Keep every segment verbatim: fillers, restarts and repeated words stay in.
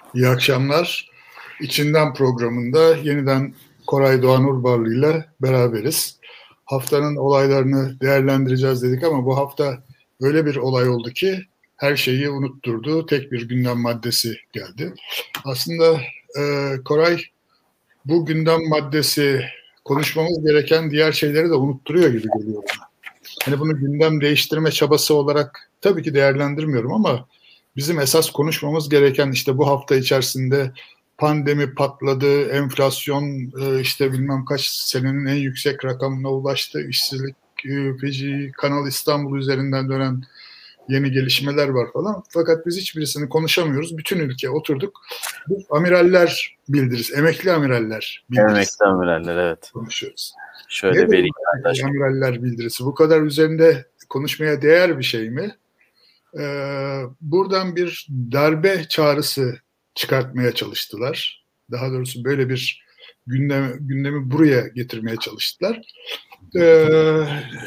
İyi akşamlar. İçinden programında yeniden Koray Doğan Urbarlı ile beraberiz. Haftanın olaylarını değerlendireceğiz dedik ama bu hafta öyle bir olay oldu ki her şeyi unutturdu. Tek bir gündem maddesi geldi. Aslında e, Koray, bu gündem maddesi konuşmamız gereken diğer şeyleri de unutturuyor gibi geliyor bana. Hani bunu gündem değiştirme çabası olarak tabii ki değerlendirmiyorum ama bizim esas konuşmamız gereken işte bu hafta içerisinde pandemi patladı, enflasyon e, işte bilmem kaç senenin en yüksek rakamına ulaştı, işsizlik e, feci, Kanal İstanbul üzerinden dönen yeni gelişmeler var falan. Fakat biz hiçbirisini konuşamıyoruz. Bütün ülke oturduk. Bu amiraller bildirisi, emekli amiraller bildirisi Emekli amiraller, evet. konuşuyoruz. Şöyle Nedir vereyim bu arkadaşlar. amiraller bildirisi? Bu kadar üzerinde konuşmaya değer bir şey mi? Ee, buradan bir darbe çağrısı çıkartmaya çalıştılar. Daha doğrusu böyle bir gündemi, gündemi buraya getirmeye çalıştılar. Ee,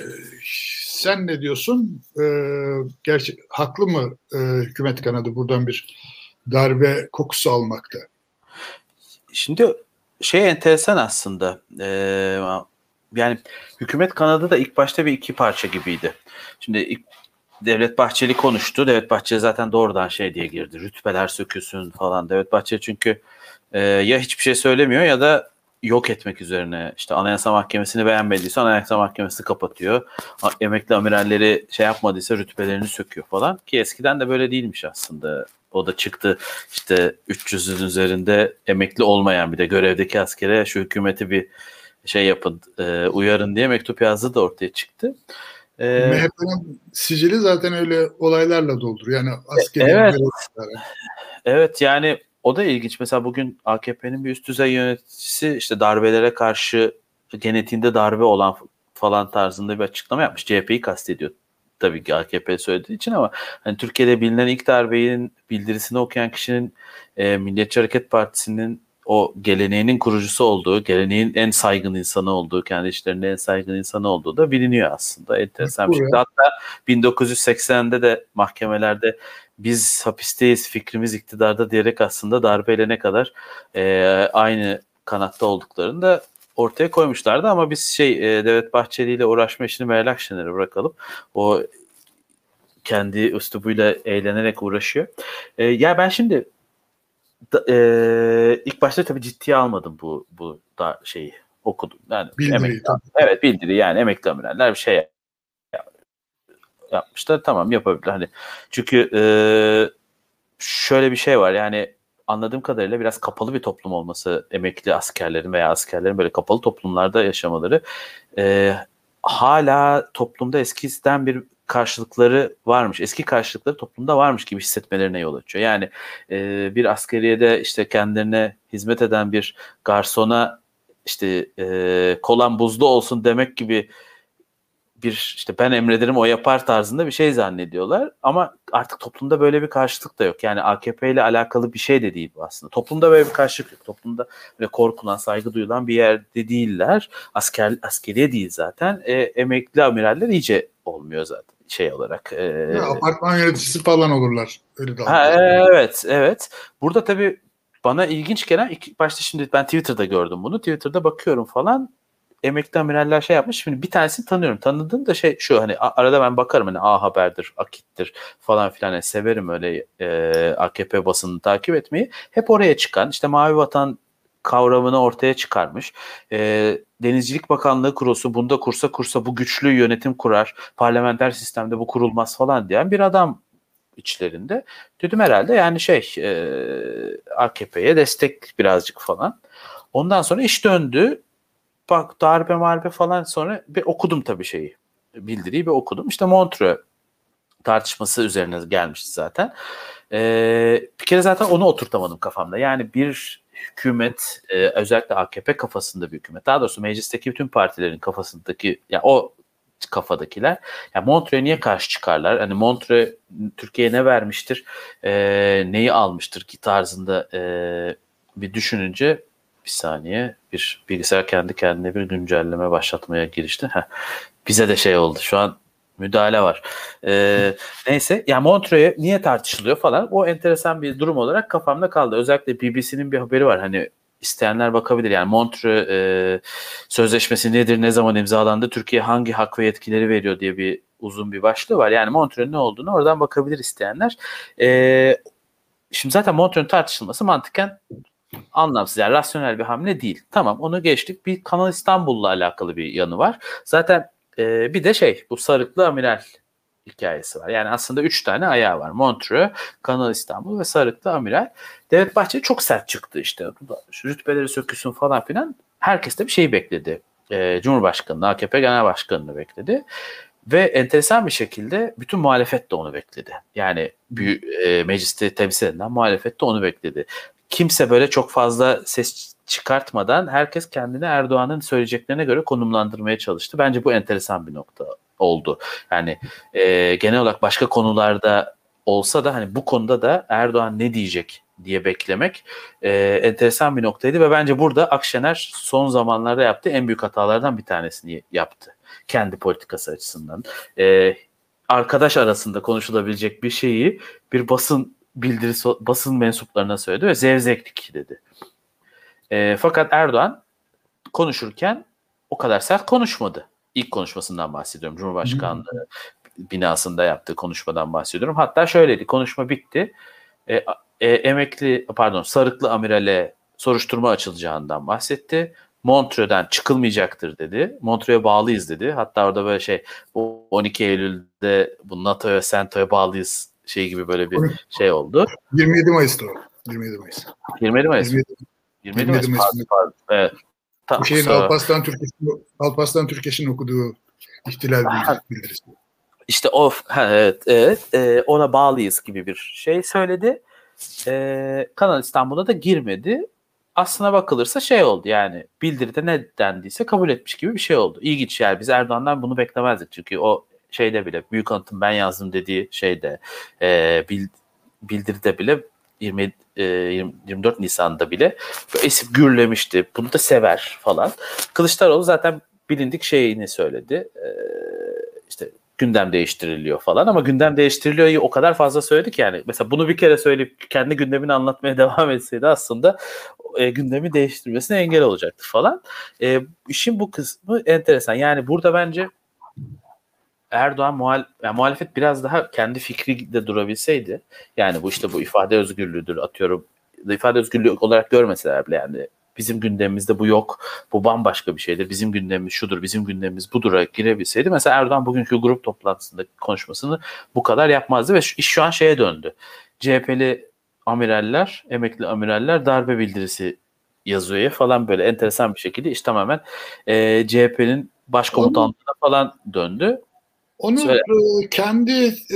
sen ne diyorsun? Ee, gerçi haklı mı e, hükümet kanadı buradan bir darbe kokusu almakta? Şimdi şey enteresan aslında. Ee, yani hükümet kanadı da ilk başta bir iki parça gibiydi. Şimdi ilk Devlet Bahçeli konuştu. Devlet Bahçeli zaten doğrudan şey diye girdi. Rütbeler sökülsün falan. Devlet Bahçeli çünkü e, ya hiçbir şey söylemiyor ya da yok etmek üzerine. İşte Anayasa Mahkemesi'ni beğenmediyse Anayasa Mahkemesi kapatıyor. Emekli amiralleri şey yapmadıysa rütbelerini söküyor falan. Ki eskiden de böyle değilmiş aslında. O da çıktı işte üç yüzün üzerinde emekli olmayan bir de görevdeki askere şu hükümeti bir şey yapın, e, uyarın diye mektup yazdı da ortaya çıktı. E, M H P'nin sicili zaten öyle olaylarla doldur. Yani askeri evet, görev. evet yani o da ilginç. Mesela bugün A K P'nin bir üst düzey yöneticisi işte darbelere karşı genetiğinde darbe olan falan tarzında bir açıklama yapmış. C H P'yi kastediyor tabii ki A K P söylediği için ama hani Türkiye'de bilinen ilk darbenin bildirisini okuyan kişinin e, Milliyetçi Hareket Partisi'nin o geleneğinin kurucusu olduğu, geleneğin en saygın insanı olduğu, kendi işlerinde en saygın insanı olduğu da biliniyor aslında. Enteresan bir şekilde. Hatta bin dokuz yüz seksende de mahkemelerde biz hapisteyiz, fikrimiz iktidarda diyerek aslında darbeyle ne kadar e, aynı kanatta olduklarını da ortaya koymuşlardı ama biz şey e, Devlet Bahçeli ile uğraşma işini Meral Akşener'e bırakalım. O kendi üslubuyla eğlenerek uğraşıyor. E, ya ben şimdi da, e, ilk başta tabii ciddiye almadım bu bu da şeyi okudum. Yani Bildiriyi emekli, tabii. evet bildiri yani emekli amiraller bir şey yapmışlar. Tamam yapabilir. Hani çünkü e, şöyle bir şey var yani anladığım kadarıyla biraz kapalı bir toplum olması emekli askerlerin veya askerlerin böyle kapalı toplumlarda yaşamaları e, hala toplumda eskiden bir karşılıkları varmış. Eski karşılıkları toplumda varmış gibi hissetmelerine yol açıyor. Yani e, bir askeriyede işte kendilerine hizmet eden bir garsona işte e, kolan buzlu olsun demek gibi bir işte ben emrederim o yapar tarzında bir şey zannediyorlar. Ama artık toplumda böyle bir karşılık da yok. Yani A K P ile alakalı bir şey de değil bu aslında. Toplumda böyle bir karşılık yok. Toplumda böyle korkulan, saygı duyulan bir yerde değiller. Asker, askeriye değil zaten. E, emekli amiraller iyice olmuyor zaten şey olarak. E, Ya, apartman yöneticisi falan olurlar. Öyle de ha, algılıyor. evet, evet. Burada tabii bana ilginç gelen ilk başta şimdi ben Twitter'da gördüm bunu. Twitter'da bakıyorum falan. Emekli amiraller şey yapmış. Şimdi bir tanesini tanıyorum. Tanıdığım da şey şu hani arada ben bakarım hani A Haber'dir, Akit'tir falan filan. Yani severim öyle e, A K P basınını takip etmeyi. Hep oraya çıkan işte Mavi Vatan kavramını ortaya çıkarmış. E, Denizcilik Bakanlığı kurulsun, bunda kursa kursa bu güçlü yönetim kurar, parlamenter sistemde bu kurulmaz falan diyen bir adam içlerinde. Dedim herhalde yani şey e, A K P'ye destek birazcık falan. Ondan sonra iş döndü. Bak darbe marbe falan sonra bir okudum tabii şeyi. Bildiriyi bir okudum. İşte Montreux tartışması üzerine gelmişti zaten. Ee, bir kere zaten onu oturtamadım kafamda. Yani bir hükümet e, özellikle A K P kafasında bir hükümet. Daha doğrusu meclisteki bütün partilerin kafasındaki yani o kafadakiler. Yani Montreux'e niye karşı çıkarlar? Hani Montreux Türkiye'ye ne vermiştir? E, neyi almıştır ki tarzında e, bir düşününce bir saniye bir bilgisayar kendi kendine bir güncelleme başlatmaya girişti. Heh, bize de şey oldu. Şu an Müdahale var. Ee, neyse yani Montreux'e niye tartışılıyor falan, o enteresan bir durum olarak kafamda kaldı. Özellikle B B C'nin bir haberi var, hani isteyenler bakabilir. Yani Montreux e, sözleşmesi nedir, ne zaman imzalandı, Türkiye hangi hak ve yetkileri veriyor diye bir uzun bir başlığı var. Yani Montreux'un ne olduğunu oradan bakabilir isteyenler. Ee, şimdi zaten Montreux'un tartışılması mantıken anlamsız, yani rasyonel bir hamle değil. Tamam, onu geçtik. Bir Kanal İstanbul'la alakalı bir yanı var. Zaten e, bir de şey, bu Sarıklı Amiral hikayesi var. Yani aslında üç tane ayağı var. Montreux, Kanal İstanbul ve Sarıklı Amiral. Devlet Bahçeli çok sert çıktı işte. Şu rütbeleri sökülsün falan filan. Herkes de bir şey bekledi. E, Cumhurbaşkanı'nı, A K P Genel Başkanı'nı bekledi. Ve enteresan bir şekilde bütün muhalefet de onu bekledi. Yani büyük, e, mecliste temsil edilen muhalefet de onu bekledi. Kimse böyle çok fazla ses çıkartmadan herkes kendini Erdoğan'ın söyleyeceklerine göre konumlandırmaya çalıştı. Bence bu enteresan bir nokta oldu. Yani e, genel olarak başka konularda olsa da hani bu konuda da Erdoğan ne diyecek diye beklemek e, enteresan bir noktaydı ve bence burada Akşener son zamanlarda yaptığı en büyük hatalardan bir tanesini yaptı. Kendi politikası açısından. E, arkadaş arasında konuşulabilecek bir şeyi bir basın bildirisi, basın mensuplarına söyledi ve zevzeklik dedi. E, fakat Erdoğan konuşurken o kadar sert konuşmadı. İlk konuşmasından bahsediyorum. Cumhurbaşkanlığı binasında yaptığı konuşmadan bahsediyorum. Hatta şöyleydi. Konuşma bitti. E, e, emekli pardon Sarıklı Amiral'e soruşturma açılacağından bahsetti. Montreux'den çıkılmayacaktır dedi. Montreux'e bağlıyız dedi. Hatta orada böyle şey, bu on iki Eylül'de bu NATO'ya, SENTO'ya bağlıyız şey gibi böyle bir şey oldu. yirmi yedi Mayıs'ta o. yirmi yedi Mayıs. yirmi yedi Mayıs. yirmi yedi, yirmi yedi Mayıs. Mayıs. Pardon, pardon. Evet. Ta, bu şeyin Alparslan Türkeş'in Alparslan Türkeş'in okuduğu ihtilal bildirisi. İşte o, ha, evet, evet e, ona bağlıyız gibi bir şey söyledi. E, Kanal İstanbul'a da girmedi. Aslına bakılırsa şey oldu, yani bildiride ne dendiyse kabul etmiş gibi bir şey oldu. İlginç, yani biz Erdoğan'dan bunu beklemezdik. Çünkü o şeyde bile, büyük anıtım ben yazdım dediği şeyde e, bildiride bile yirmi, e, yirmi dört Nisan'da bile esip gürlemişti. Bunu da sever falan. Kılıçdaroğlu zaten bilindik şeyini söyledi. E, işte gündem değiştiriliyor falan, ama gündem değiştiriliyor o kadar fazla söyledi ki, yani mesela bunu bir kere söyleyip kendi gündemini anlatmaya devam etseydi aslında e, gündemi değiştirmesine engel olacaktı falan. E, işin bu kısmı enteresan. Yani burada bence Erdoğan muhal yani muhalefet biraz daha kendi fikri de durabilseydi, yani bu işte bu ifade özgürlüğüdür, atıyorum ifade özgürlüğü olarak görmeseler bile, yani bizim gündemimizde bu yok, bu bambaşka bir şeydir, bizim gündemimiz şudur, bizim gündemimiz budur'a girebilseydi, mesela Erdoğan bugünkü grup toplantısındaki konuşmasını bu kadar yapmazdı ve iş şu an şeye döndü. C H P'li amiraller, emekli amiraller darbe bildirisi yazıyor falan, böyle enteresan bir şekilde iş tamamen e, C H P'nin başkomutanlığına falan döndü. Onu Söyle. kendi e,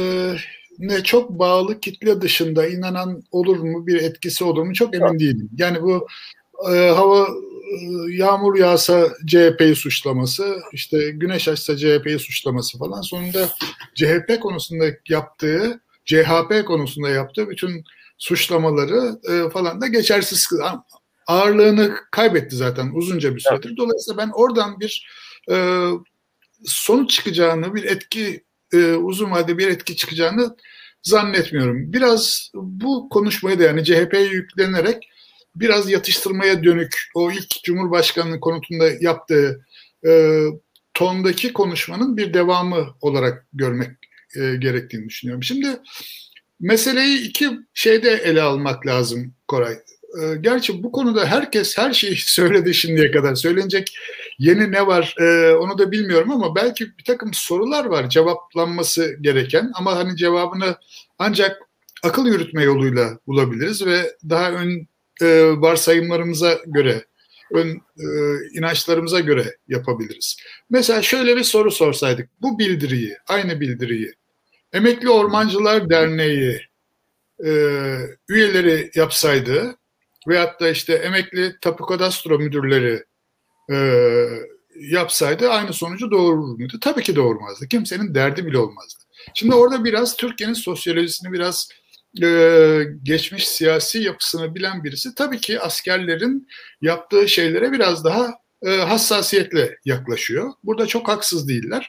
ne çok bağlı kitle dışında inanan olur mu, bir etkisi olur mu çok emin değilim. Yani bu e, hava e, yağmur yağsa C H P'yi suçlaması, işte güneş açsa C H P'yi suçlaması falan, sonunda C H P konusunda yaptığı, C H P konusunda yaptığı bütün suçlamaları e, falan da geçersiz, ağırlığını kaybetti zaten uzunca bir süredir. Dolayısıyla ben oradan bir e, sonuç çıkacağını, bir etki, e, uzun vadede bir etki çıkacağını zannetmiyorum. Biraz bu konuşmayı da, yani C H P'ye yüklenerek biraz yatıştırmaya dönük, o ilk Cumhurbaşkanlığı konutunda yaptığı e, tondaki konuşmanın bir devamı olarak görmek e, gerektiğini düşünüyorum. Şimdi meseleyi iki şeyde ele almak lazım Koray. E, gerçi bu konuda herkes her şeyi söyledi şimdiye kadar. Söylenecek yeni ne var e, onu da bilmiyorum, ama belki bir takım sorular var cevaplanması gereken, ama hani cevabını ancak akıl yürütme yoluyla bulabiliriz ve daha ön e, varsayımlarımıza göre, ön e, inançlarımıza göre yapabiliriz. Mesela şöyle bir soru sorsaydık, bu bildiriyi, aynı bildiriyi Emekli Ormancılar Derneği e, üyeleri yapsaydı veyahut da işte emekli tapu kadastro müdürleri e, yapsaydı aynı sonucu doğurur muydu? Tabii ki doğurmazdı. Kimsenin derdi bile olmazdı. Şimdi orada biraz Türkiye'nin sosyolojisini, biraz e, geçmiş siyasi yapısını bilen birisi tabii ki askerlerin yaptığı şeylere biraz daha e, hassasiyetle yaklaşıyor. Burada çok haksız değiller.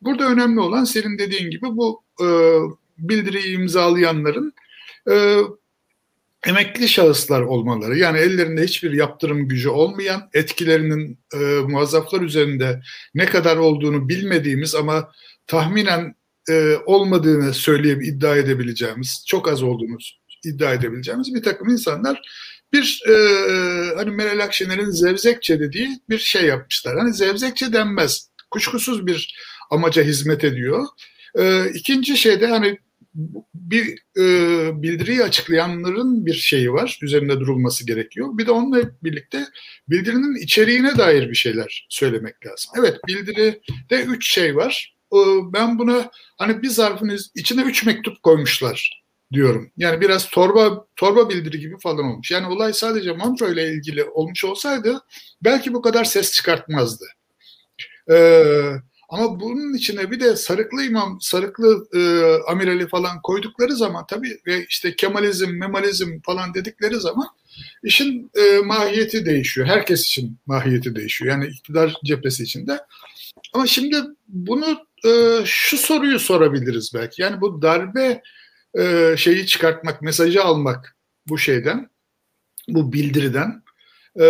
burada önemli olan senin dediğin gibi bu e, bildiriyi imzalayanların e, emekli şahıslar olmaları, yani ellerinde hiçbir yaptırım gücü olmayan, etkilerinin e, muazzaflar üzerinde ne kadar olduğunu bilmediğimiz ama tahminen e, olmadığını söyleyip iddia edebileceğimiz, çok az olduğunu iddia edebileceğimiz bir takım insanlar bir e, hani Meral Akşener'in zevzekçe dediği bir şey yapmışlar. Hani zevzekçe denmez. Kuşkusuz bir amaca hizmet ediyor. E, ikinci şeyde hani bir e, bildiriyi açıklayanların bir şeyi var. Üzerinde durulması gerekiyor. Bir de onunla birlikte bildirinin içeriğine dair bir şeyler söylemek lazım. Evet, bildiride üç şey var. E, ben buna hani bir zarfın içine üç mektup koymuşlar diyorum. Yani biraz torba torba bildiri gibi falan olmuş. Yani olay sadece Montreux ile ilgili olmuş olsaydı belki bu kadar ses çıkartmazdı. Eee Ama bunun içine bir de sarıklı imam, sarıklı e, amirali falan koydukları zaman tabii ve işte Kemalizm, Memalizm falan dedikleri zaman işin e, mahiyeti değişiyor. Herkes için mahiyeti değişiyor. Yani iktidar cephesi içinde. Ama şimdi bunu e, şu soruyu sorabiliriz belki. Yani bu darbe e, şeyi çıkartmak, mesajı almak bu şeyden, bu bildiriden e,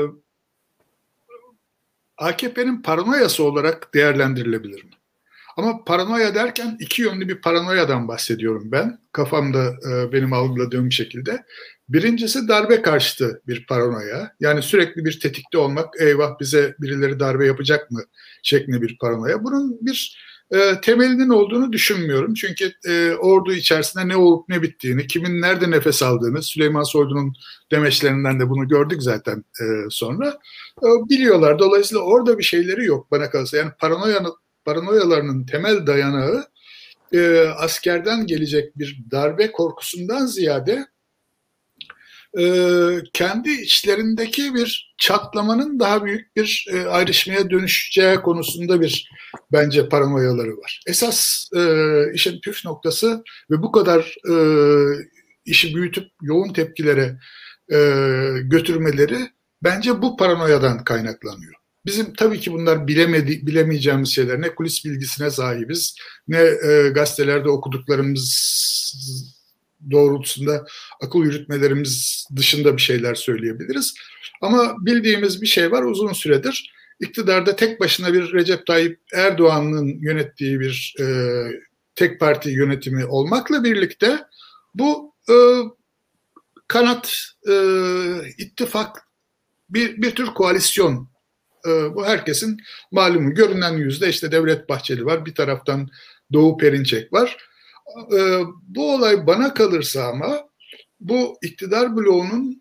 A K P'nin paranoyası olarak değerlendirilebilir mi? Ama paranoya derken iki yönlü bir paranoyadan bahsediyorum ben. Kafamda e, benim algıladığım şekilde. Birincisi darbe karşıtı bir paranoya. Yani sürekli bir tetikte olmak, eyvah bize birileri darbe yapacak mı şeklinde bir paranoya. Bunun bir e, temelinin olduğunu düşünmüyorum. Çünkü e, ordu içerisinde ne olup ne bittiğini, kimin nerede nefes aldığını, Süleyman Soylu'nun demeçlerinden de bunu gördük zaten e, sonra. E, biliyorlar. Dolayısıyla orada bir şeyleri yok bana kalırsa. Yani paranoyanın paranoyalarının temel dayanağı e, askerden gelecek bir darbe korkusundan ziyade e, kendi içlerindeki bir çatlamanın daha büyük bir e, ayrışmaya dönüşeceği konusunda bir bence paranoyaları var. Esas e, işin püf noktası ve bu kadar e, işi büyütüp yoğun tepkilere e, götürmeleri bence bu paranoyadan kaynaklanıyor. Bizim tabii ki bunlar bilemedi, bilemeyeceğimiz şeyler. Ne kulis bilgisine sahibiz, ne e, gazetelerde okuduklarımız doğrultusunda akıl yürütmelerimiz dışında bir şeyler söyleyebiliriz. Ama bildiğimiz bir şey var uzun süredir. İktidarda tek başına bir Recep Tayyip Erdoğan'ın yönettiği bir e, tek parti yönetimi olmakla birlikte bu e, kanat e, ittifak bir, bir tür koalisyon. Bu herkesin malumu. Görünen yüzde işte Devlet Bahçeli var. Bir taraftan Doğu Perinçek var. Bu olay bana kalırsa ama bu iktidar bloğunun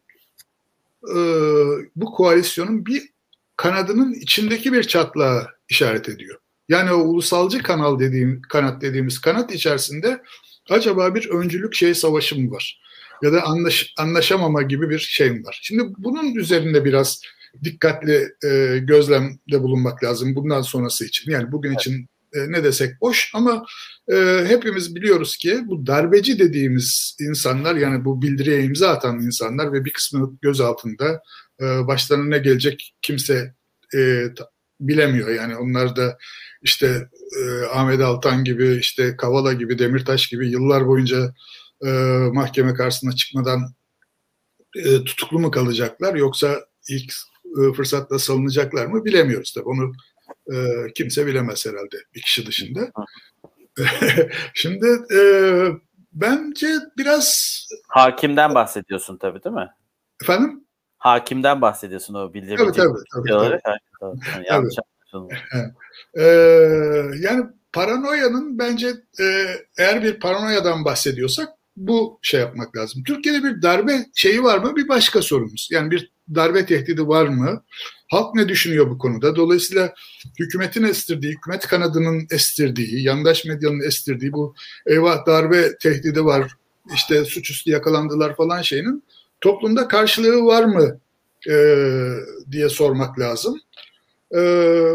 bu koalisyonun bir kanadının içindeki bir çatlağa işaret ediyor. Yani o ulusalcı kanal dediğim, kanat dediğimiz kanat içerisinde acaba bir öncülük şey savaşı mı var? Ya da anlaş, anlaşamama gibi bir şey mi var? Şimdi bunun üzerinde biraz dikkatli e, gözlemde bulunmak lazım bundan sonrası için. Yani bugün için e, ne desek boş ama e, hepimiz biliyoruz ki bu darbeci dediğimiz insanlar, yani bu bildiriye imza atan insanlar ve bir kısmı gözaltında, e, başlarına ne gelecek kimse e, bilemiyor. Yani onlar da işte e, Ahmet Altan gibi, işte Kavala gibi, Demirtaş gibi yıllar boyunca e, mahkeme karşısına çıkmadan e, tutuklu mu kalacaklar, yoksa ilk e, fırsatla salınacaklar mı bilemiyoruz tabii. Onu e, kimse bilemez herhalde bir kişi dışında. Şimdi e, bence biraz... Hakimden bahsediyorsun tabii değil mi? Efendim? Hakimden bahsediyorsun o bildirebilecek. Tabii tabii. tabii, tabii. tabii. Yani yanlış anlaşılmış. Ee, yani paranoyanın bence e, eğer bir paranoyadan bahsediyorsak bu şey yapmak lazım. Türkiye'de bir darbe şeyi var mı? Bir başka sorumuz. Yani bir darbe tehdidi var mı? Halk ne düşünüyor bu konuda? Dolayısıyla hükümetin estirdiği, hükümet kanadının estirdiği, yandaş medyanın estirdiği bu eyvah darbe tehdidi var, işte suçüstü yakalandılar falan şeyinin toplumda karşılığı var mı e, diye sormak lazım. Ee,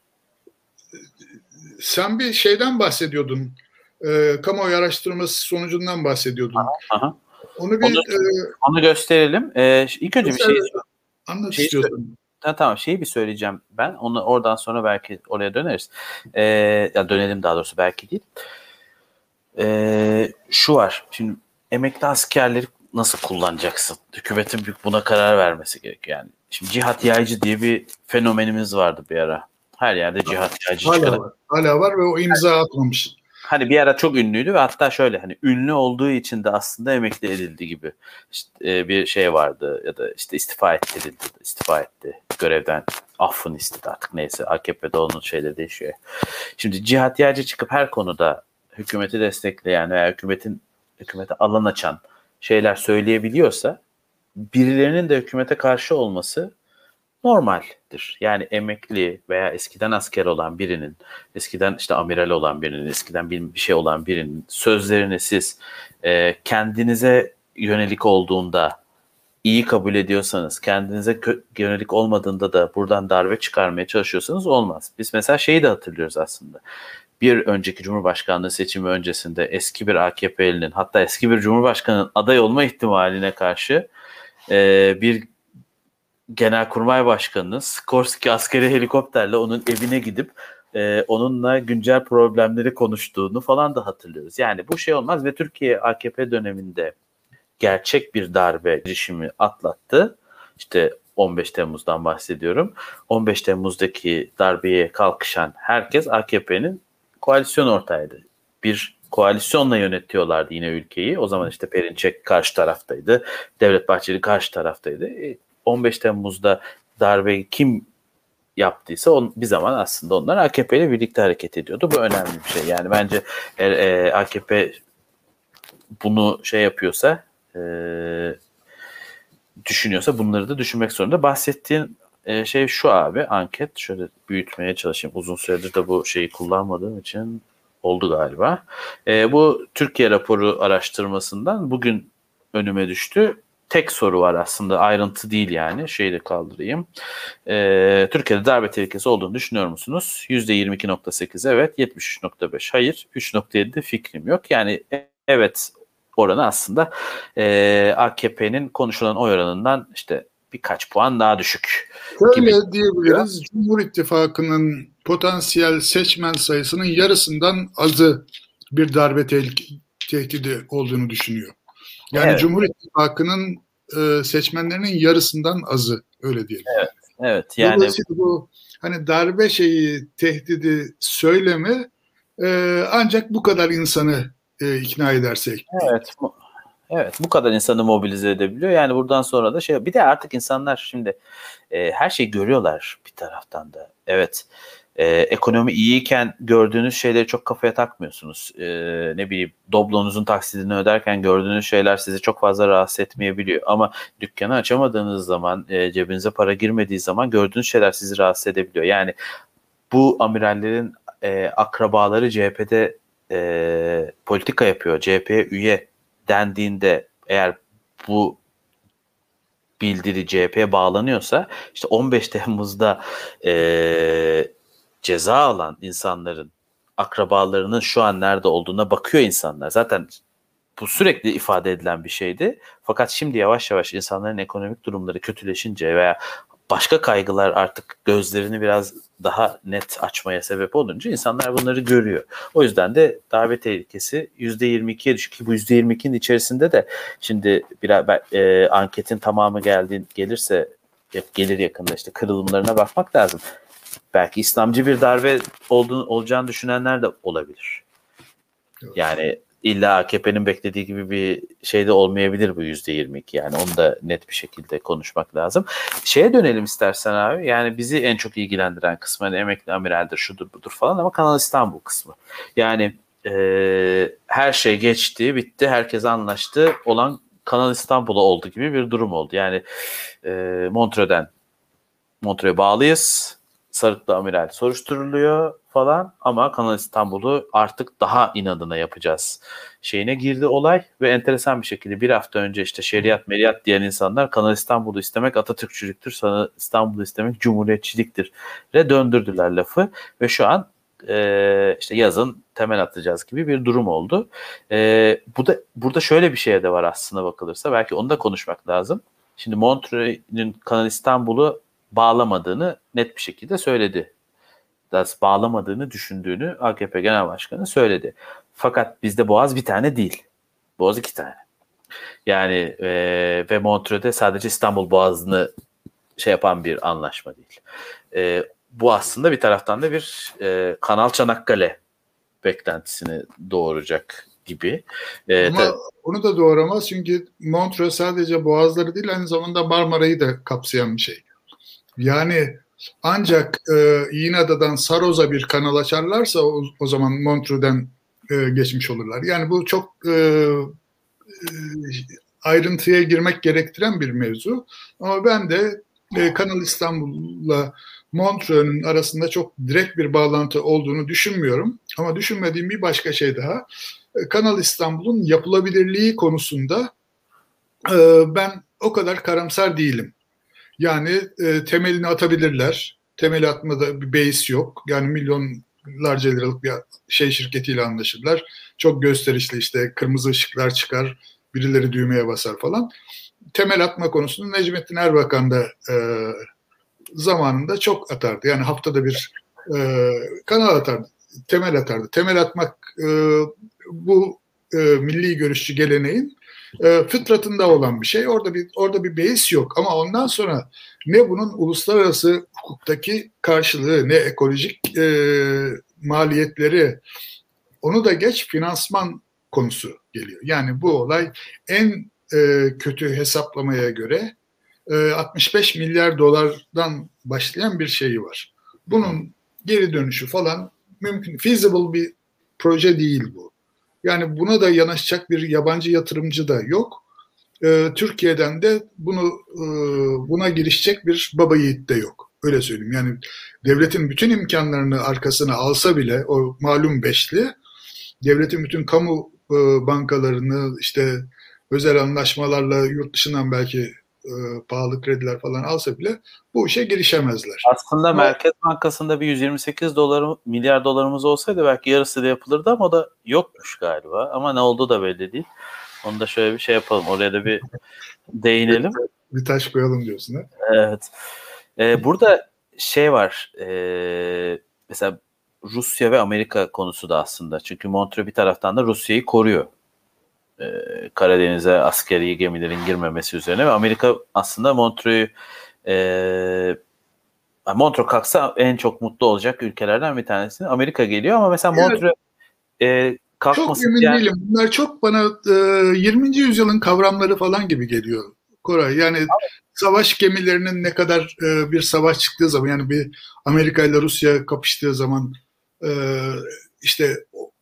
sen bir şeyden bahsediyordun. E, kamuoyu araştırması sonucundan bahsediyordun. Aha. Onu bir onu, e, onu gösterelim. Ee, ilk önce bir şey anlat şey istiyorsun. Ha, tamam, şeyi bir söyleyeceğim ben. Onu oradan sonra belki oraya döneriz. Ee, ya dönelim daha doğrusu, belki değil. Ee, şu var. Şimdi emekli askerleri nasıl kullanacaksın? Hükümetin buna karar vermesi gerekiyor yani. Şimdi cihat yaycı diye bir fenomenimiz vardı bir ara. Her yerde cihat yaycı Hala çıkan. var. Hala var ve o imza atmamış. Hani bir ara çok ünlüydü ve hatta şöyle, hani ünlü olduğu için de aslında emekli edildi gibi işte, e, bir şey vardı, ya da işte istifa etti, istifa etti görevden, affını istedi artık, neyse, A K P'de onun şeyleri değişiyor. Şimdi cihat yaycı çıkıp her konuda hükümeti destekleyen veya hükümetin hükümete alan açan şeyler söyleyebiliyorsa, birilerinin de hükümete karşı olması normaldir. Yani emekli veya eskiden asker olan birinin, eskiden işte amiral olan birinin, eskiden bir, bir şey olan birinin sözlerini siz e, kendinize yönelik olduğunda iyi kabul ediyorsanız, kendinize kö- yönelik olmadığında da buradan darbe çıkarmaya çalışıyorsanız olmaz. Biz mesela şeyi de hatırlıyoruz aslında. Bir önceki Cumhurbaşkanlığı seçimi öncesinde eski bir A K P'linin, hatta eski bir Cumhurbaşkanı'nın aday olma ihtimaline karşı e, bir Genelkurmay Başkanı'nın Skorsky askeri helikopterle onun evine gidip e, onunla güncel problemleri konuştuğunu falan da hatırlıyoruz. Yani bu şey olmaz ve Türkiye A K P döneminde gerçek bir darbe girişimi atlattı. İşte on beş Temmuz'dan bahsediyorum. on beş Temmuz'daki darbeye kalkışan herkes A K P'nin koalisyon ortağıydı. Bir koalisyonla yönetiyorlardı yine ülkeyi. O zaman işte Perinçek karşı taraftaydı. Devlet Bahçeli karşı taraftaydı. on beş Temmuz'da darbeyi kim yaptıysa on, bir zaman aslında onlar A K P ile birlikte hareket ediyordu. Bu önemli bir şey. Yani bence e, e, A K P bunu şey yapıyorsa, e, düşünüyorsa bunları da düşünmek zorunda. Bahsettiğin e, şey şu abi, anket. Şöyle büyütmeye çalışayım. Uzun süredir de bu şeyi kullanmadığım için oldu galiba. E, bu Türkiye raporu araştırmasından bugün önüme düştü. Tek soru var aslında, ayrıntı değil yani. Şeyi de kaldırayım. Ee, Türkiye'de darbe tehlikesi olduğunu düşünüyor musunuz? yüzde yirmi iki nokta sekiz evet, yetmiş üç nokta beş hayır, üç nokta yedi de fikrim yok. Yani evet oranı aslında e, A K P'nin konuşulan oy oranından işte birkaç puan daha düşük gibi. Şöyle diyebiliriz, Cumhur İttifakı'nın potansiyel seçmen sayısının yarısından azı bir darbe tehlike, tehdidi olduğunu düşünüyor. Yani Evet. Cumhur İttifakı'nın e, seçmenlerinin yarısından azı, öyle diyelim. Evet, evet. Yani dolayısıyla bu hani darbe şeyi, tehdidi söylemi e, ancak bu kadar insanı e, ikna edersek. evet. Evet, bu kadar insanı mobilize edebiliyor. Yani buradan sonra da şey, bir de artık insanlar şimdi e, her şeyi görüyorlar bir taraftan da. Evet. E, ekonomi iyiyken gördüğünüz şeyleri çok kafaya takmıyorsunuz. E, ne bileyim, Doblo'nuzun taksidini öderken gördüğünüz şeyler sizi çok fazla rahatsız etmeyebiliyor. Ama dükkanı açamadığınız zaman, e, cebinize para girmediği zaman gördüğünüz şeyler sizi rahatsız edebiliyor. Yani bu amirallerin e, akrabaları C H P'de e, politika yapıyor, C H P'ye üye dendiğinde, eğer bu bildiri C H P'ye bağlanıyorsa, işte on beş Temmuz'da e, ceza alan insanların akrabalarının şu an nerede olduğuna bakıyor insanlar. Zaten bu sürekli ifade edilen bir şeydi. Fakat şimdi yavaş yavaş insanların ekonomik durumları kötüleşince veya başka kaygılar artık gözlerini biraz daha net açmaya sebep olunca insanlar bunları görüyor. O yüzden de darbe tehlikesi yüzde yirmi ikiye düşük ki bu yüzde yirmi ikinin içerisinde de şimdi biraz e, anketin tamamı geldi, gelirse gelir yakında, işte kırılımlarına bakmak lazım. Belki İslamcı bir darbe olduğunu, olacağını düşünenler de olabilir. Yani illa A K P'nin beklediği gibi bir şey de olmayabilir bu yüzde yirmi iki. Yani onu da net bir şekilde konuşmak lazım. Şeye dönelim istersen abi. Yani bizi en çok ilgilendiren kısmı, hani emekli amiraldir, şudur budur falan, ama Kanal İstanbul kısmı. Yani e, her şey geçti, bitti, herkes anlaştı olan Kanal İstanbul'a oldu gibi bir durum oldu. Yani e, Montreux'den Montreux'a bağlıyız. Sarıklı amiral soruşturuluyor falan, ama Kanal İstanbul'u artık daha inadına yapacağız şeyine girdi olay ve enteresan bir şekilde bir hafta önce işte şeriat meriyat diyen insanlar Kanal İstanbul'u istemek Atatürkçülüktür, Kanal İstanbul'u istemek cumhuriyetçiliktir ve döndürdüler lafı ve şu an e, işte yazın temel atacağız gibi bir durum oldu. E, bu da burada şöyle bir şeye de var aslında bakılırsa, belki onu da konuşmak lazım. Şimdi Montreux'ün Kanal İstanbul'u bağlamadığını net bir şekilde söyledi. Daha bağlamadığını düşündüğünü A K P Genel Başkanı söyledi. Fakat bizde Boğaz bir tane değil. Boğaz iki tane. Yani e, ve Montreux'de sadece İstanbul Boğazı'nı şey yapan bir anlaşma değil. E, bu aslında bir taraftan da bir e, Kanal Çanakkale beklentisini doğuracak gibi. E, Ama tabii, onu da doğuramaz çünkü Montreux sadece Boğazları değil aynı zamanda Marmara'yı da kapsayan bir şey. Yani ancak e, İğneada'dan Saroz'a bir kanal açarlarsa o, o zaman Montreux'den e, geçmiş olurlar. Yani bu çok e, e, ayrıntıya girmek gerektiren bir mevzu. Ama ben de e, Kanal İstanbul'la Montreux'un arasında çok direkt bir bağlantı olduğunu düşünmüyorum. Ama düşünmediğim bir başka şey daha. E, Kanal İstanbul'un yapılabilirliği konusunda e, ben o kadar karamsar değilim. Yani e, temelini atabilirler. Temeli atmada bir beis yok. Yani milyonlarca liralık bir şey şirketiyle anlaşırlar. Çok gösterişli işte kırmızı ışıklar çıkar, birileri düğmeye basar falan. Temel atma konusunda Necmettin Erbakan da e, zamanında çok atardı. Yani haftada bir e, kanal atardı, temel atardı. Temel atmak e, bu e, milli görüşçü geleneğin e, fıtratında olan bir şey. Orada bir orada bir beis yok. Ama ondan sonra ne bunun uluslararası hukuktaki karşılığı, ne ekolojik e, maliyetleri, onu da geç finansman konusu geliyor. Yani bu olay en e, kötü hesaplamaya göre e, altmış beş milyar dolardan başlayan bir şeyi var. Bunun geri dönüşü falan mümkün, feasible bir proje değil bu. Yani buna da yanaşacak bir yabancı yatırımcı da yok. E, Türkiye'den de bunu e, buna girişecek bir baba yiğit de yok. Öyle söyleyeyim. Yani devletin bütün imkanlarını arkasına alsa bile o malum beşli, devletin bütün kamu e, bankalarını işte özel anlaşmalarla yurt dışından belki e, pahalı krediler falan alsa bile bu işe girişemezler. aslında Ama, Merkez Bankası'nda bir yüz yirmi sekiz dolar, milyar dolarımız olsaydı belki yarısı da yapılırdı ama o da yokmuş galiba. Ama ne olduğu da belli değil. Onu da şöyle bir şey yapalım. Oraya da bir değinelim. bir taş koyalım diyorsun ha? Evet. Ee, burada şey var. E, mesela Rusya ve Amerika konusu da aslında. Çünkü Montreux bir taraftan da Rusya'yı koruyor. Ee, Karadeniz'e askeri gemilerin girmemesi üzerine ve Amerika aslında Montreux'u e, Montreux kalksa en çok mutlu olacak ülkelerden bir tanesi. Amerika geliyor ama mesela Montreux e, Çok kalkması emin diğer... değilim. Bunlar çok bana e, yirminci yüzyılın kavramları falan gibi geliyor Koray. Yani savaş gemilerinin ne kadar e, bir savaş çıktığı zaman, yani bir Amerika ile Rusya kapıştığı zaman e, işte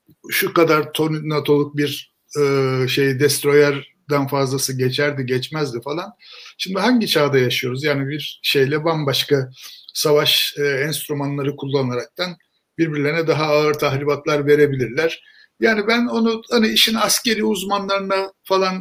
şu kadar tonatoluk bir e, şey destroyer'dan fazlası geçerdi geçmezdi falan. Şimdi hangi çağda yaşıyoruz? Yani bir şeyle bambaşka savaş e, enstrümanları kullanaraktan birbirlerine daha ağır tahribatlar verebilirler. Yani ben onu hani işin askeri uzmanlarına falan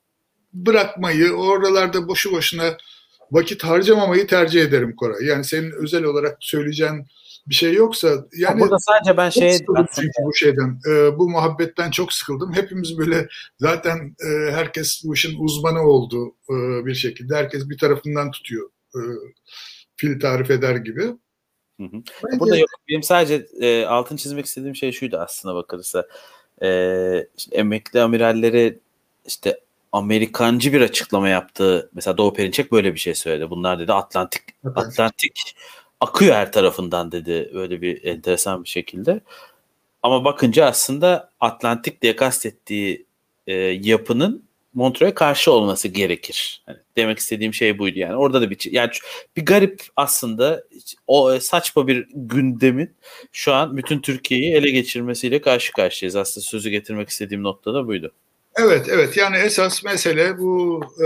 bırakmayı, oralarda boşu boşuna vakit harcamamayı tercih ederim Koray. Yani senin özel olarak söyleyeceğin bir şey yoksa, yani Burada sadece ben çok şey sıkıldım aslında... çünkü bu şeyden. E, bu muhabbetten çok sıkıldım. Hepimiz böyle zaten e, herkes bu işin uzmanı oldu e, bir şekilde. Herkes bir tarafından tutuyor. E, fil tarif eder gibi. Hı hı. Burada Bence yok. Benim sadece e, altın çizmek istediğim şey şuydu aslına bakılırsa. E, işte emekli amiralleri işte Amerikancı bir açıklama yaptı. Mesela Doğu Perinçek böyle bir şey söyledi. Bunlar dedi Atlantik evet. Atlantik akıyor her tarafından dedi. Böyle bir enteresan bir şekilde. Ama bakınca aslında Atlantik diye kastettiği e, yapının Montreux'e karşı olması gerekir. Yani demek istediğim şey buydu yani. Orada da bir yani bir garip aslında o saçma bir gündemin şu an bütün Türkiye'yi ele geçirmesiyle karşı karşıyayız. Aslında sözü getirmek istediğim nokta da buydu. Evet, evet. Yani esas mesele bu e,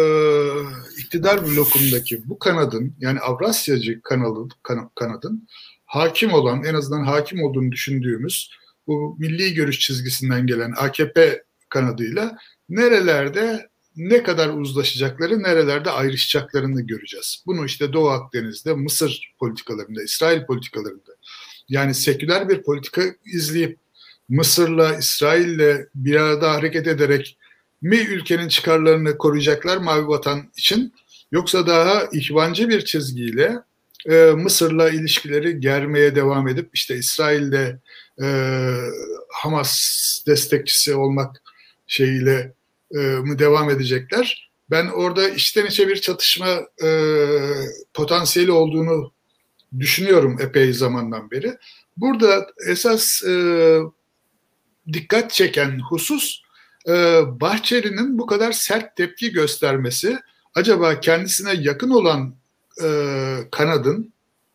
iktidar blokundaki bu kanadın, yani Avrasyacı kanalı, kan, kanadın hakim olan, en azından hakim olduğunu düşündüğümüz bu milli görüş çizgisinden gelen A K P kanadıyla nerelerde ne kadar uzlaşacakları, nerelerde ayrışacaklarını göreceğiz. Bunu işte Doğu Akdeniz'de, Mısır politikalarında, İsrail politikalarında, yani seküler bir politika izleyip Mısır'la, İsrail'le bir arada hareket ederek mi ülkenin çıkarlarını koruyacaklar Mavi Vatan için, yoksa daha ihvancı bir çizgiyle e, Mısır'la ilişkileri germeye devam edip işte İsrail'de e, Hamas destekçisi olmak şeyiyle e, mı devam edecekler? Ben orada içten içe bir çatışma e, potansiyeli olduğunu düşünüyorum epey zamandan beri. Burada esas e, dikkat çeken husus e, Bahçeli'nin bu kadar sert tepki göstermesi. Acaba kendisine yakın olan e, kanadın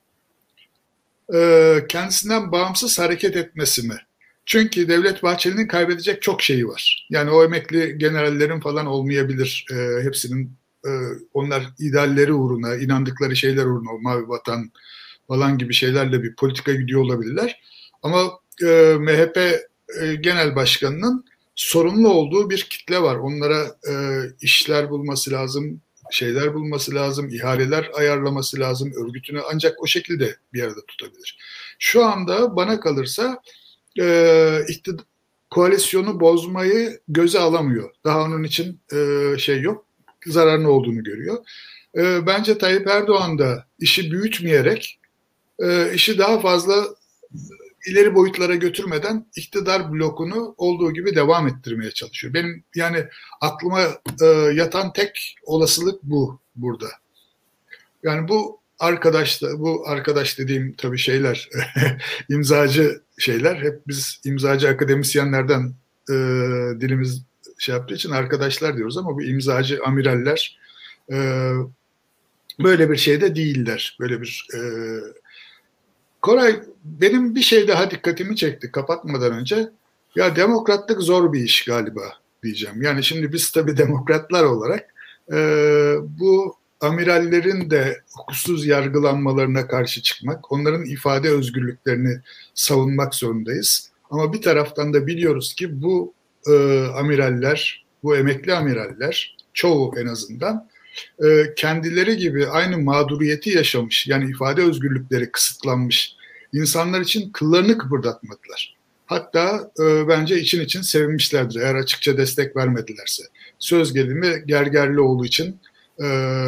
e, kendisinden bağımsız hareket etmesi mi? Çünkü Devlet Bahçeli'nin kaybedecek çok şeyi var. Yani o emekli generallerin falan olmayabilir. E, hepsinin e, onlar idealleri uğruna, inandıkları şeyler uğruna, o Mavi Vatan falan gibi şeylerle bir politika gidiyor olabilirler. Ama e, M H P e, Genel Başkanı'nın sorumlu olduğu bir kitle var. Onlara e, işler bulması lazım, şeyler bulması lazım, ihaleler ayarlaması lazım, örgütünü ancak o şekilde bir arada tutabilir. Şu anda bana kalırsa e, iktidar, koalisyonu bozmayı göze alamıyor. Daha onun için e, şey yok, zararlı olduğunu görüyor. E, bence Tayyip Erdoğan da işi büyütmeyerek, e, işi daha fazla ileri boyutlara götürmeden iktidar blokunu olduğu gibi devam ettirmeye çalışıyor. Benim yani aklıma e, yatan tek olasılık bu burada. Yani bu arkadaş da, bu arkadaş dediğim tabii şeyler imzacı şeyler, hep biz imzacı akademisyenlerden e, dilimiz şey yaptığı için arkadaşlar diyoruz ama bu imzacı amiraller e, böyle bir şeyde değiller. Böyle bir e, Koray, benim bir şey daha dikkatimi çekti kapatmadan önce. Ya demokratlık zor bir iş galiba diyeceğim. Yani şimdi biz tabii demokratlar olarak e, bu amirallerin de hukuksuz yargılanmalarına karşı çıkmak, onların ifade özgürlüklerini savunmak zorundayız. Ama bir taraftan da biliyoruz ki bu e, amiraller, bu emekli amiraller, çoğu en azından e, kendileri gibi aynı mağduriyeti yaşamış, yani ifade özgürlükleri kısıtlanmış insanlar için kıllarını kıpırdatmadılar. Hatta e, bence için için sevinmişlerdir eğer açıkça destek vermedilerse. Söz gelimi Gergerlioğlu için e,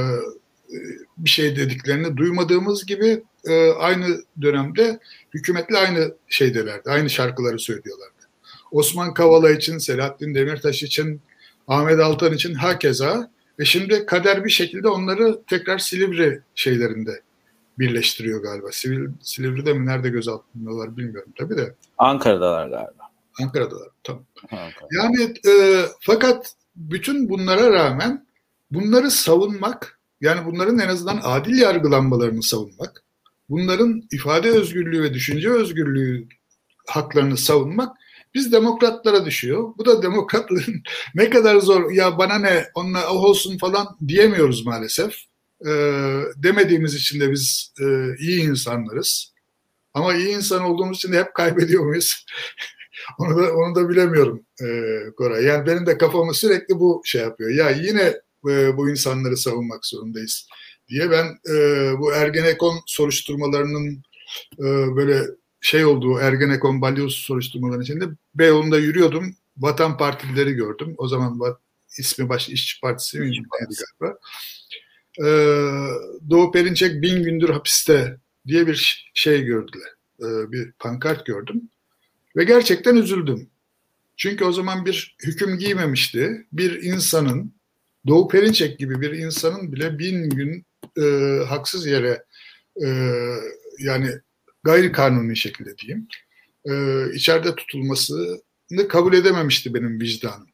bir şey dediklerini duymadığımız gibi e, aynı dönemde hükümetle aynı şeydelerdi, aynı şarkıları söylüyorlardı. Osman Kavala için, Selahattin Demirtaş için, Ahmet Altan için hakeza. Ve şimdi kader bir şekilde onları tekrar Silivri şeylerinde birleştiriyor galiba. Sivil, Silivri'de mi, nerede gözaltındalar bilmiyorum tabii de. Ankara'dalar galiba. Ankara'dalar, tamam. Ankara. Yani e, fakat bütün bunlara rağmen bunları savunmak, yani bunların en azından adil yargılanmalarını savunmak, bunların ifade özgürlüğü ve düşünce özgürlüğü haklarını savunmak biz demokratlara düşüyor. Bu da demokratlığın ne kadar zor, ya bana ne onunla oh olsun falan diyemiyoruz maalesef. E, demediğimiz için de biz e, iyi insanlarız. Ama iyi insan olduğumuz için de hep kaybediyor muyuz? onu da onu da bilemiyorum e, Koray. Yani benim de kafamı sürekli bu şey yapıyor. Ya yine e, bu insanları savunmak zorundayız diye ben e, bu Ergenekon soruşturmalarının e, böyle şey olduğu, Ergenekon balyoz soruşturmalarının içinde Beyoğlu'nda yürüyordum. Vatan Partilileri gördüm. O zaman ismi baş İşçi Partisi miydi galiba. Ee, Doğu Perinçek bin gündür hapiste diye bir şey gördüler. Ee, bir pankart gördüm. Ve gerçekten üzüldüm. Çünkü o zaman bir hüküm giymemişti. Bir insanın, Doğu Perinçek gibi bir insanın bile bin gün e, haksız yere e, yani gayri kanuni şekilde diyeyim e, içeride tutulmasını kabul edememişti benim vicdanım.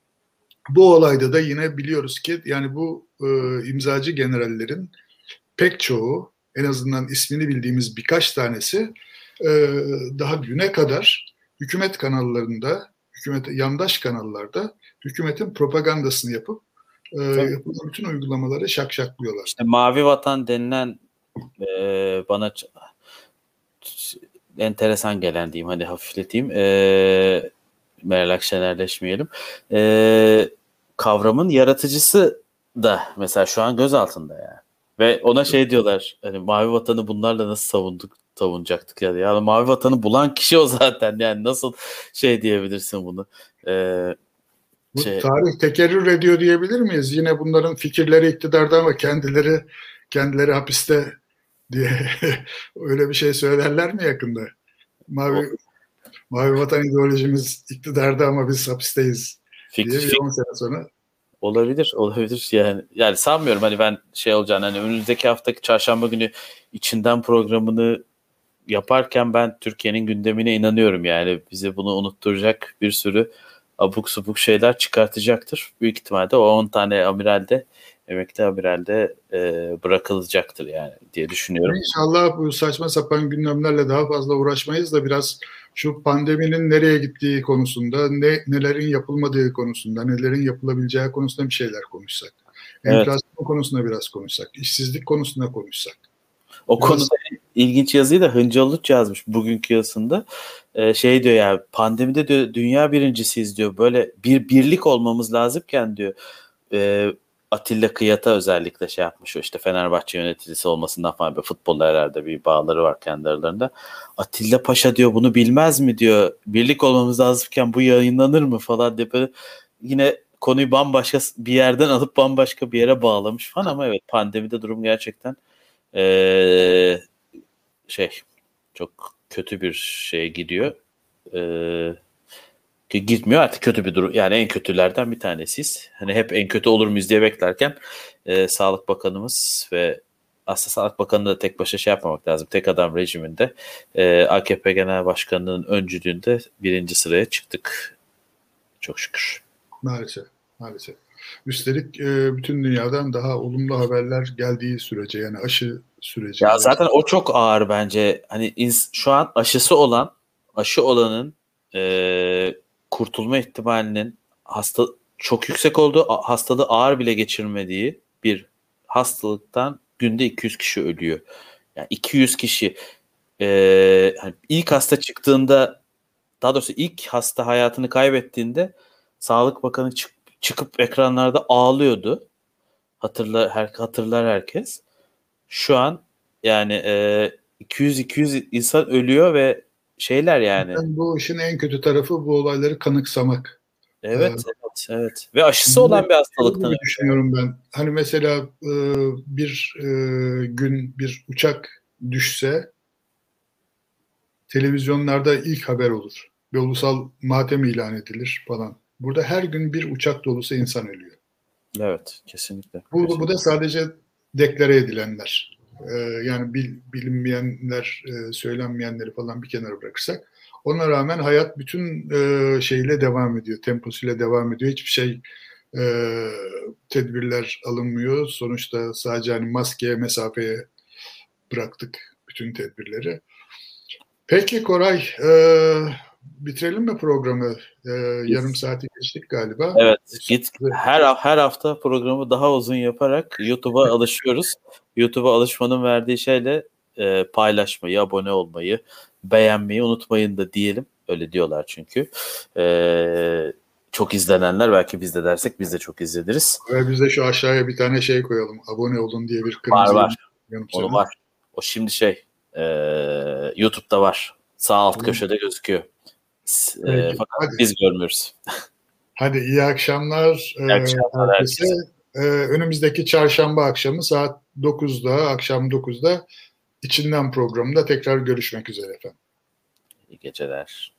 Bu olayda da yine biliyoruz ki yani bu e, imzacı generallerin pek çoğu, en azından ismini bildiğimiz birkaç tanesi e, daha düne kadar hükümet kanallarında, hükümete yandaş kanallarda hükümetin propagandasını yapıp e, yapılan bütün uygulamaları şakşaklıyorlar. İşte Mavi Vatan denilen e, bana ç- enteresan gelen diyeyim, hadi hafifleteyim. E, Meral Akşenerleşmeyelim. E, kavramın yaratıcısı da mesela şu an gözaltında yani. Ve ona şey diyorlar, hani Mavi Vatan'ı bunlarla nasıl savunduk, savunacaktık ya. Yani Mavi Vatan'ı bulan kişi o zaten, yani nasıl şey diyebilirsin bunu. Ee, Bu şey... tarih tekerrür ediyor diyebilir miyiz? Yine bunların fikirleri iktidarda ama kendileri kendileri hapiste diye öyle bir şey söylerler mi yakında? Mavi Mavi Vatan ideolojimiz iktidarda ama biz hapisteyiz diye bir on sene sonra. Olabilir, olabilir yani. Yani sanmıyorum hani ben şey olacağını, hani önümüzdeki haftaki çarşamba günü içinden programını yaparken ben Türkiye'nin gündemine inanıyorum yani. Bize bunu unutturacak bir sürü abuk subuk şeyler çıkartacaktır. Büyük ihtimalle o on tane amiralde, emekli amiralde e, bırakılacaktır yani diye düşünüyorum. İnşallah bu saçma sapan gündemlerle daha fazla uğraşmayız da biraz şu pandeminin nereye gittiği konusunda, ne nelerin yapılmadığı konusunda, nelerin yapılabileceği konusunda bir şeyler konuşsak. Evet. Enflasyon konusunda biraz konuşsak, işsizlik konusunda konuşsak. O biraz... konuda ilginç yazıyı da Hıncal Uluç yazmış bugünkü yazısında. Ee, şey diyor ya, pandemide diyor, dünya birincisiyiz diyor. Böyle bir birlik olmamız lazımken diyor. E, Atilla Kıyat'a özellikle şey yapmış, o işte Fenerbahçe yöneticisi olmasından falan, bir futbolla herhalde bir bağları var kendi aralarında. Atilla Paşa diyor bunu bilmez mi diyor. Birlik olmamız lazımken bu yayınlanır mı falan diye böyle yine konuyu bambaşka bir yerden alıp bambaşka bir yere bağlamış falan. Ama evet, pandemide durum gerçekten ee, şey çok kötü bir şeye gidiyor. Eee gitmiyor artık, kötü bir durum. Yani en kötülerden bir tanesiyiz. Hani hep en kötü olur muyuz diye beklerken e, Sağlık Bakanımız ve aslında Sağlık Bakanı da tek başına şey yapmamak lazım. Tek adam rejiminde e, A K P Genel Başkanı'nın öncülüğünde birinci sıraya çıktık. Çok şükür. Maalesef. Maalesef. Üstelik e, bütün dünyadan daha olumlu haberler geldiği sürece, yani aşı süreci. Ya zaten o çok ağır bence. Hani iz, şu an aşısı olan, aşı olanın e, kurtulma ihtimalinin hasta çok yüksek olduğu, hastalığı ağır bile geçirmediği bir hastalıktan günde iki yüz kişi ölüyor. Yani iki yüz kişi e, hani ilk hasta çıktığında, daha doğrusu ilk hasta hayatını kaybettiğinde Sağlık Bakanı çık, çıkıp ekranlarda ağlıyordu. Hatırlar, her, hatırlar herkes. Şu an yani e, iki yüz iki yüz insan ölüyor ve şeyler yani. Yani bu işin en kötü tarafı bu olayları kanıksamak. Evet, ee, evet, evet. Ve aşısı olan bir hastalıktan. Düşünüyorum ben. Hani mesela e, bir e, gün bir uçak düşse televizyonlarda ilk haber olur. Bir ulusal matem ilan edilir falan. Burada her gün bir uçak dolusu insan ölüyor. Evet, kesinlikle. Bu, kesinlikle. bu da sadece deklare edilenler. Ee, yani bil, bilinmeyenler, e, söylenmeyenleri falan bir kenara bırakırsak. Ona rağmen hayat bütün e, şeyle devam ediyor, temposuyla devam ediyor. Hiçbir şey, e, tedbirler alınmıyor. Sonuçta sadece hani maskeye, mesafeye bıraktık bütün tedbirleri. Peki Koray, e, bitirelim mi programı? E, yarım saati geçtik galiba. Evet, git her her hafta programı daha uzun yaparak YouTube'a alışıyoruz. YouTube'a alışmanın verdiği şeyle e, paylaşmayı, abone olmayı, beğenmeyi unutmayın da diyelim. Öyle diyorlar çünkü. E, çok izlenenler, belki biz de dersek biz de çok izleniriz. Ve biz de şu aşağıya bir tane şey koyalım. Abone olun diye bir kırmızı. Var var. Onu var. O şimdi şey e, YouTube'da var. Sağ alt tamam. Köşede gözüküyor. E, fakat hadi. Biz görmüyoruz. Hadi iyi akşamlar. İyi akşamlar herkese. Ee, önümüzdeki çarşamba akşamı saat dokuzda, akşam dokuzda içinden programında tekrar görüşmek üzere efendim. İyi geceler.